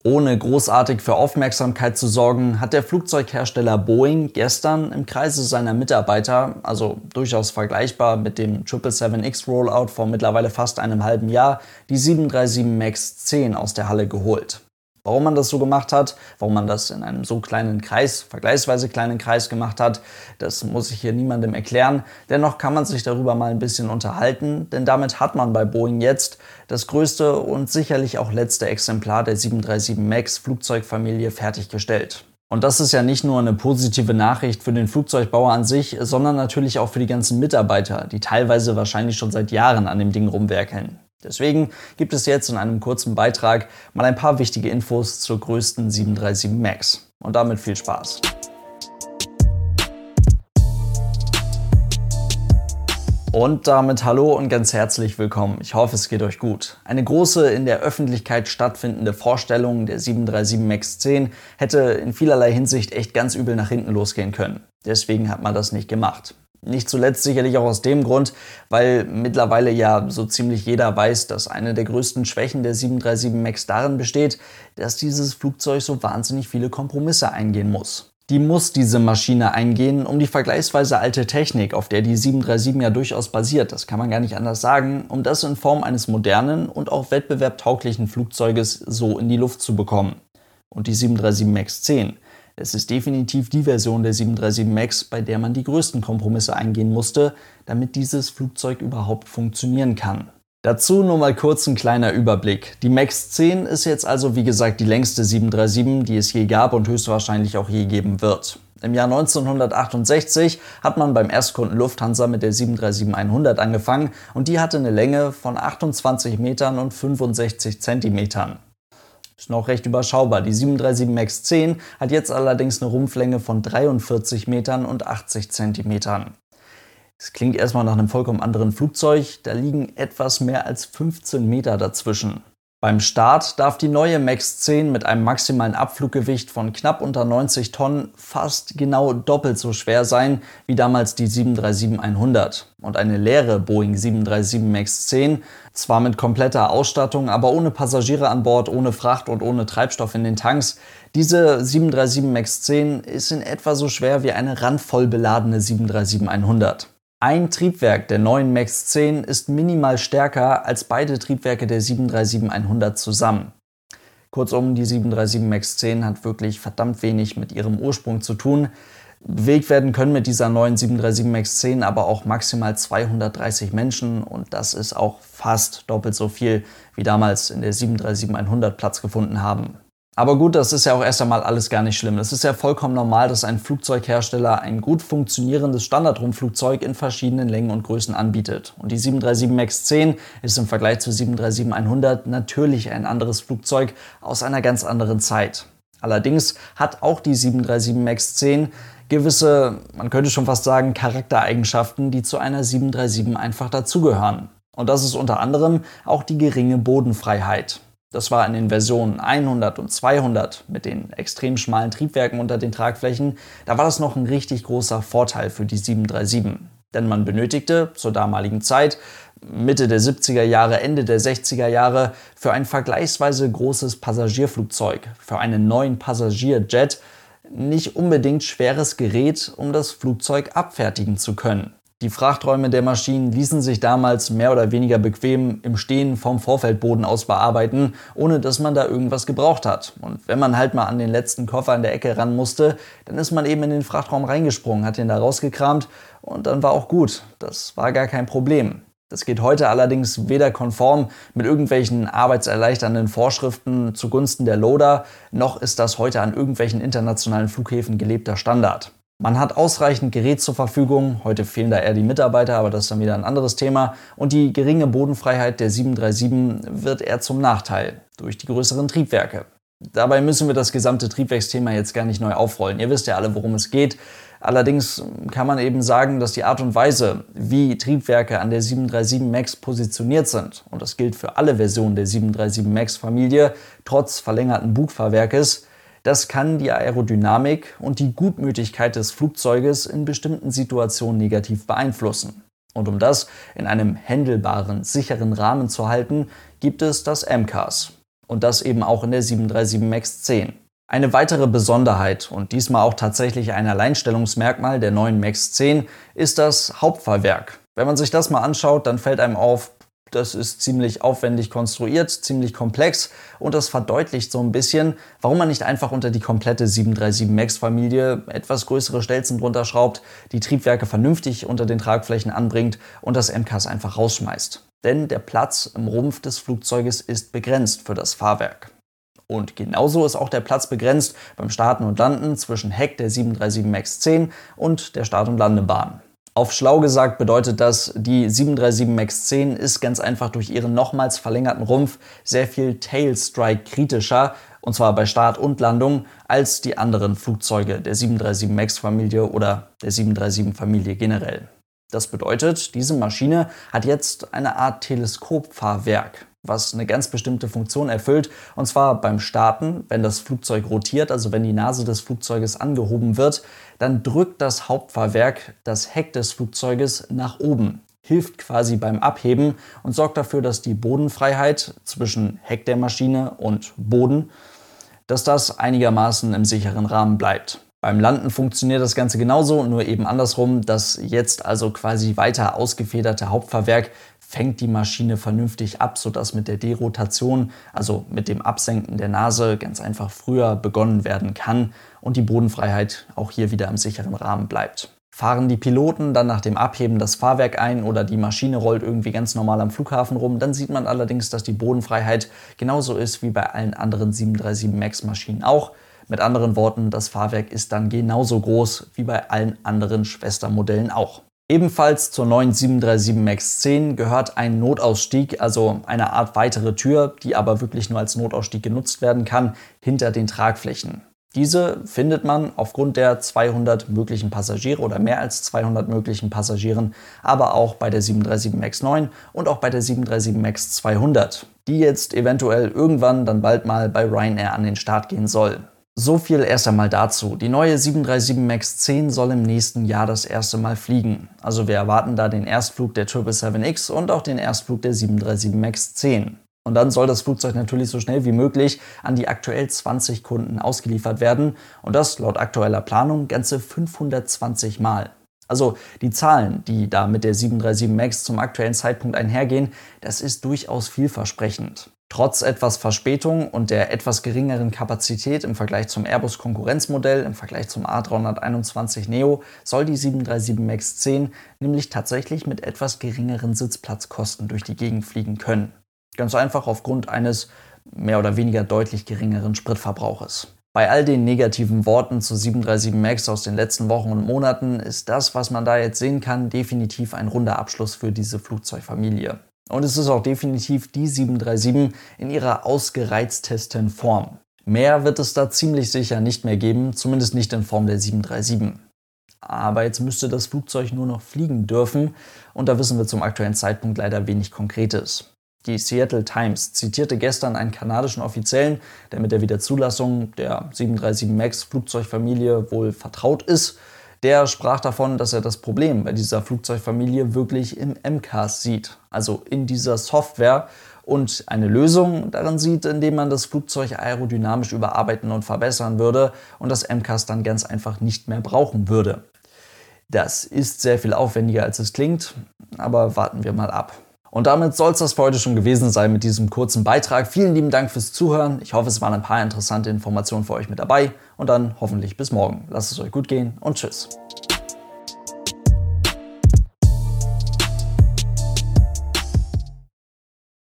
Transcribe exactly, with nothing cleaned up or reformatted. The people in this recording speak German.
Ohne großartig für Aufmerksamkeit zu sorgen, hat der Flugzeughersteller Boeing gestern im Kreise seiner Mitarbeiter, also durchaus vergleichbar mit dem sieben sieben sieben X Rollout vor mittlerweile fast einem halben Jahr, die sieben drei sieben MAX zehn aus der Halle geholt. Warum man das so gemacht hat, warum man das in einem so kleinen Kreis, vergleichsweise kleinen Kreis gemacht hat, das muss ich hier niemandem erklären. Dennoch kann man sich darüber mal ein bisschen unterhalten, denn damit hat man bei Boeing jetzt das größte und sicherlich auch letzte Exemplar der sieben drei sieben MAX Flugzeugfamilie fertiggestellt. Und das ist ja nicht nur eine positive Nachricht für den Flugzeugbauer an sich, sondern natürlich auch für die ganzen Mitarbeiter, die teilweise wahrscheinlich schon seit Jahren an dem Ding rumwerkeln. Deswegen gibt es jetzt in einem kurzen Beitrag mal ein paar wichtige Infos zur größten sieben drei sieben MAX. Und damit viel Spaß! Und damit hallo und ganz herzlich willkommen. Ich hoffe, es geht euch gut. Eine große, in der Öffentlichkeit stattfindende Vorstellung der sieben drei sieben MAX zehn hätte in vielerlei Hinsicht echt ganz übel nach hinten losgehen können. Deswegen hat man das nicht gemacht. Nicht zuletzt sicherlich auch aus dem Grund, weil mittlerweile ja so ziemlich jeder weiß, dass eine der größten Schwächen der sieben drei sieben MAX darin besteht, dass dieses Flugzeug so wahnsinnig viele Kompromisse eingehen muss. Die muss diese Maschine eingehen, um die vergleichsweise alte Technik, auf der die sieben drei sieben ja durchaus basiert, das kann man gar nicht anders sagen, um das in Form eines modernen und auch wettbewerbtauglichen Flugzeuges so in die Luft zu bekommen. Und die sieben drei sieben MAX zehn. Es ist definitiv die Version der sieben drei sieben MAX, bei der man die größten Kompromisse eingehen musste, damit dieses Flugzeug überhaupt funktionieren kann. Dazu nur mal kurz ein kleiner Überblick. Die MAX zehn ist jetzt also wie gesagt die längste sieben drei sieben, die es je gab und höchstwahrscheinlich auch je geben wird. Im Jahr neunzehnhundertachtundsechzig hat man beim Erstkunden Lufthansa mit der sieben drei sieben hundert angefangen und die hatte eine Länge von achtundzwanzig Metern und fünfundsechzig Zentimetern. Ist noch recht überschaubar. Die sieben drei sieben MAX zehn hat jetzt allerdings eine Rumpflänge von dreiundvierzig Metern und achtzig Zentimetern. Es klingt erstmal nach einem vollkommen anderen Flugzeug, da liegen etwas mehr als fünfzehn Meter dazwischen. Beim Start darf die neue MAX zehn mit einem maximalen Abfluggewicht von knapp unter neunzig Tonnen fast genau doppelt so schwer sein wie damals die sieben drei sieben hundert. Und eine leere Boeing sieben drei sieben MAX zehn, zwar mit kompletter Ausstattung, aber ohne Passagiere an Bord, ohne Fracht und ohne Treibstoff in den Tanks, diese sieben drei sieben MAX zehn ist in etwa so schwer wie eine randvoll beladene sieben drei sieben hundert. Ein Triebwerk der neuen MAX zehn ist minimal stärker als beide Triebwerke der sieben drei sieben hundert zusammen. Kurzum, die sieben drei sieben MAX zehn hat wirklich verdammt wenig mit ihrem Ursprung zu tun. Bewegt werden können mit dieser neuen sieben drei sieben MAX zehn aber auch maximal zweihundertdreißig Menschen und das ist auch fast doppelt so viel, wie damals in der sieben drei sieben hundert Platz gefunden haben. Aber gut, das ist ja auch erst einmal alles gar nicht schlimm. Es ist ja vollkommen normal, dass ein Flugzeughersteller ein gut funktionierendes Standardrumpfflugzeug in verschiedenen Längen und Größen anbietet. Und die sieben drei sieben MAX zehn ist im Vergleich zur sieben drei sieben hundert natürlich ein anderes Flugzeug aus einer ganz anderen Zeit. Allerdings hat auch die sieben drei sieben MAX zehn gewisse, man könnte schon fast sagen, Charaktereigenschaften, die zu einer sieben drei sieben einfach dazugehören. Und das ist unter anderem auch die geringe Bodenfreiheit. Das war in den Versionen hundert und zweihundert mit den extrem schmalen Triebwerken unter den Tragflächen, da war das noch ein richtig großer Vorteil für die sieben drei sieben. Denn man benötigte zur damaligen Zeit, Mitte der siebziger Jahre, Ende der sechziger Jahre, für ein vergleichsweise großes Passagierflugzeug, für einen neuen Passagierjet, nicht unbedingt schweres Gerät, um das Flugzeug abfertigen zu können. Die Frachträume der Maschinen ließen sich damals mehr oder weniger bequem im Stehen vom Vorfeldboden aus bearbeiten, ohne dass man da irgendwas gebraucht hat. Und wenn man halt mal an den letzten Koffer in der Ecke ran musste, dann ist man eben in den Frachtraum reingesprungen, hat den da rausgekramt und dann war auch gut. Das war gar kein Problem. Das geht heute allerdings weder konform mit irgendwelchen arbeitserleichternden Vorschriften zugunsten der Loader, noch ist das heute an irgendwelchen internationalen Flughäfen gelebter Standard. Man hat ausreichend Gerät zur Verfügung, heute fehlen da eher die Mitarbeiter, aber das ist dann wieder ein anderes Thema. Und die geringe Bodenfreiheit der sieben drei sieben wird eher zum Nachteil durch die größeren Triebwerke. Dabei müssen wir das gesamte Triebwerksthema jetzt gar nicht neu aufrollen. Ihr wisst ja alle, worum es geht. Allerdings kann man eben sagen, dass die Art und Weise, wie Triebwerke an der sieben drei sieben MAX positioniert sind, und das gilt für alle Versionen der sieben drei sieben MAX-Familie, trotz verlängerten Bugfahrwerkes, das kann die Aerodynamik und die Gutmütigkeit des Flugzeuges in bestimmten Situationen negativ beeinflussen. Und um das in einem händelbaren, sicheren Rahmen zu halten, gibt es das M C A S. Und das eben auch in der sieben drei sieben MAX zehn. Eine weitere Besonderheit und diesmal auch tatsächlich ein Alleinstellungsmerkmal der neuen MAX zehn ist das Hauptfahrwerk. Wenn man sich das mal anschaut, dann fällt einem auf, das ist ziemlich aufwendig konstruiert, ziemlich komplex und das verdeutlicht so ein bisschen, warum man nicht einfach unter die komplette sieben drei sieben MAX Familie etwas größere Stelzen drunter schraubt, die Triebwerke vernünftig unter den Tragflächen anbringt und das M C A S einfach rausschmeißt. Denn der Platz im Rumpf des Flugzeuges ist begrenzt für das Fahrwerk. Und genauso ist auch der Platz begrenzt beim Starten und Landen zwischen Heck der sieben drei sieben MAX zehn und der Start- und Landebahn. Auf schlau gesagt bedeutet das, die sieben drei sieben MAX zehn ist ganz einfach durch ihren nochmals verlängerten Rumpf sehr viel Tailstrike kritischer, und zwar bei Start und Landung, als die anderen Flugzeuge der sieben drei sieben MAX Familie oder der sieben drei sieben Familie generell. Das bedeutet, diese Maschine hat jetzt eine Art Teleskopfahrwerk, was eine ganz bestimmte Funktion erfüllt, und zwar beim Starten, wenn das Flugzeug rotiert, also wenn die Nase des Flugzeuges angehoben wird, dann drückt das Hauptfahrwerk das Heck des Flugzeuges nach oben, hilft quasi beim Abheben und sorgt dafür, dass die Bodenfreiheit zwischen Heck der Maschine und Boden, dass das einigermaßen im sicheren Rahmen bleibt. Beim Landen funktioniert das Ganze genauso, nur eben andersrum. Das jetzt also quasi weiter ausgefederte Hauptfahrwerk fängt die Maschine vernünftig ab, sodass mit der Derotation, also mit dem Absenken der Nase, ganz einfach früher begonnen werden kann und die Bodenfreiheit auch hier wieder im sicheren Rahmen bleibt. Fahren die Piloten dann nach dem Abheben das Fahrwerk ein oder die Maschine rollt irgendwie ganz normal am Flughafen rum, dann sieht man allerdings, dass die Bodenfreiheit genauso ist wie bei allen anderen sieben drei sieben MAX Maschinen auch. Mit anderen Worten, das Fahrwerk ist dann genauso groß wie bei allen anderen Schwestermodellen auch. Ebenfalls zur neuen sieben drei sieben MAX zehn gehört ein Notausstieg, also eine Art weitere Tür, die aber wirklich nur als Notausstieg genutzt werden kann, hinter den Tragflächen. Diese findet man aufgrund der zweihundert möglichen Passagiere oder mehr als zweihundert möglichen Passagieren, aber auch bei der sieben drei sieben MAX neun und auch bei der sieben drei sieben MAX zweihundert, die jetzt eventuell irgendwann dann bald mal bei Ryanair an den Start gehen soll. So viel erst einmal dazu. Die neue sieben drei sieben MAX zehn soll im nächsten Jahr das erste Mal fliegen. Also wir erwarten da den Erstflug der sieben sieben sieben X und auch den Erstflug der sieben drei sieben MAX zehn. Und dann soll das Flugzeug natürlich so schnell wie möglich an die aktuell zwanzig Kunden ausgeliefert werden. Und das laut aktueller Planung ganze fünfhundertzwanzig Mal. Also die Zahlen, die da mit der sieben drei sieben MAX zum aktuellen Zeitpunkt einhergehen, das ist durchaus vielversprechend. Trotz etwas Verspätung und der etwas geringeren Kapazität im Vergleich zum Airbus-Konkurrenzmodell, im Vergleich zum A drei einundzwanzig Neo, soll die sieben drei sieben MAX zehn nämlich tatsächlich mit etwas geringeren Sitzplatzkosten durch die Gegend fliegen können. Ganz einfach aufgrund eines mehr oder weniger deutlich geringeren Spritverbrauches. Bei all den negativen Worten zur sieben drei sieben MAX aus den letzten Wochen und Monaten ist das, was man da jetzt sehen kann, definitiv ein runder Abschluss für diese Flugzeugfamilie. Und es ist auch definitiv die sieben drei sieben in ihrer ausgereiztesten Form. Mehr wird es da ziemlich sicher nicht mehr geben, zumindest nicht in Form der sieben drei sieben. Aber jetzt müsste das Flugzeug nur noch fliegen dürfen und da wissen wir zum aktuellen Zeitpunkt leider wenig Konkretes. Die Seattle Times zitierte gestern einen kanadischen Offiziellen, der mit der Wiederzulassung der sieben drei sieben MAX Flugzeugfamilie wohl vertraut ist. Der sprach davon, dass er das Problem bei dieser Flugzeugfamilie wirklich im M C A S sieht, also in dieser Software, und eine Lösung darin sieht, indem man das Flugzeug aerodynamisch überarbeiten und verbessern würde und das M C A S dann ganz einfach nicht mehr brauchen würde. Das ist sehr viel aufwendiger, als es klingt, aber warten wir mal ab. Und damit soll es das für heute schon gewesen sein mit diesem kurzen Beitrag. Vielen lieben Dank fürs Zuhören. Ich hoffe, es waren ein paar interessante Informationen für euch mit dabei. Und dann hoffentlich bis morgen. Lasst es euch gut gehen und tschüss.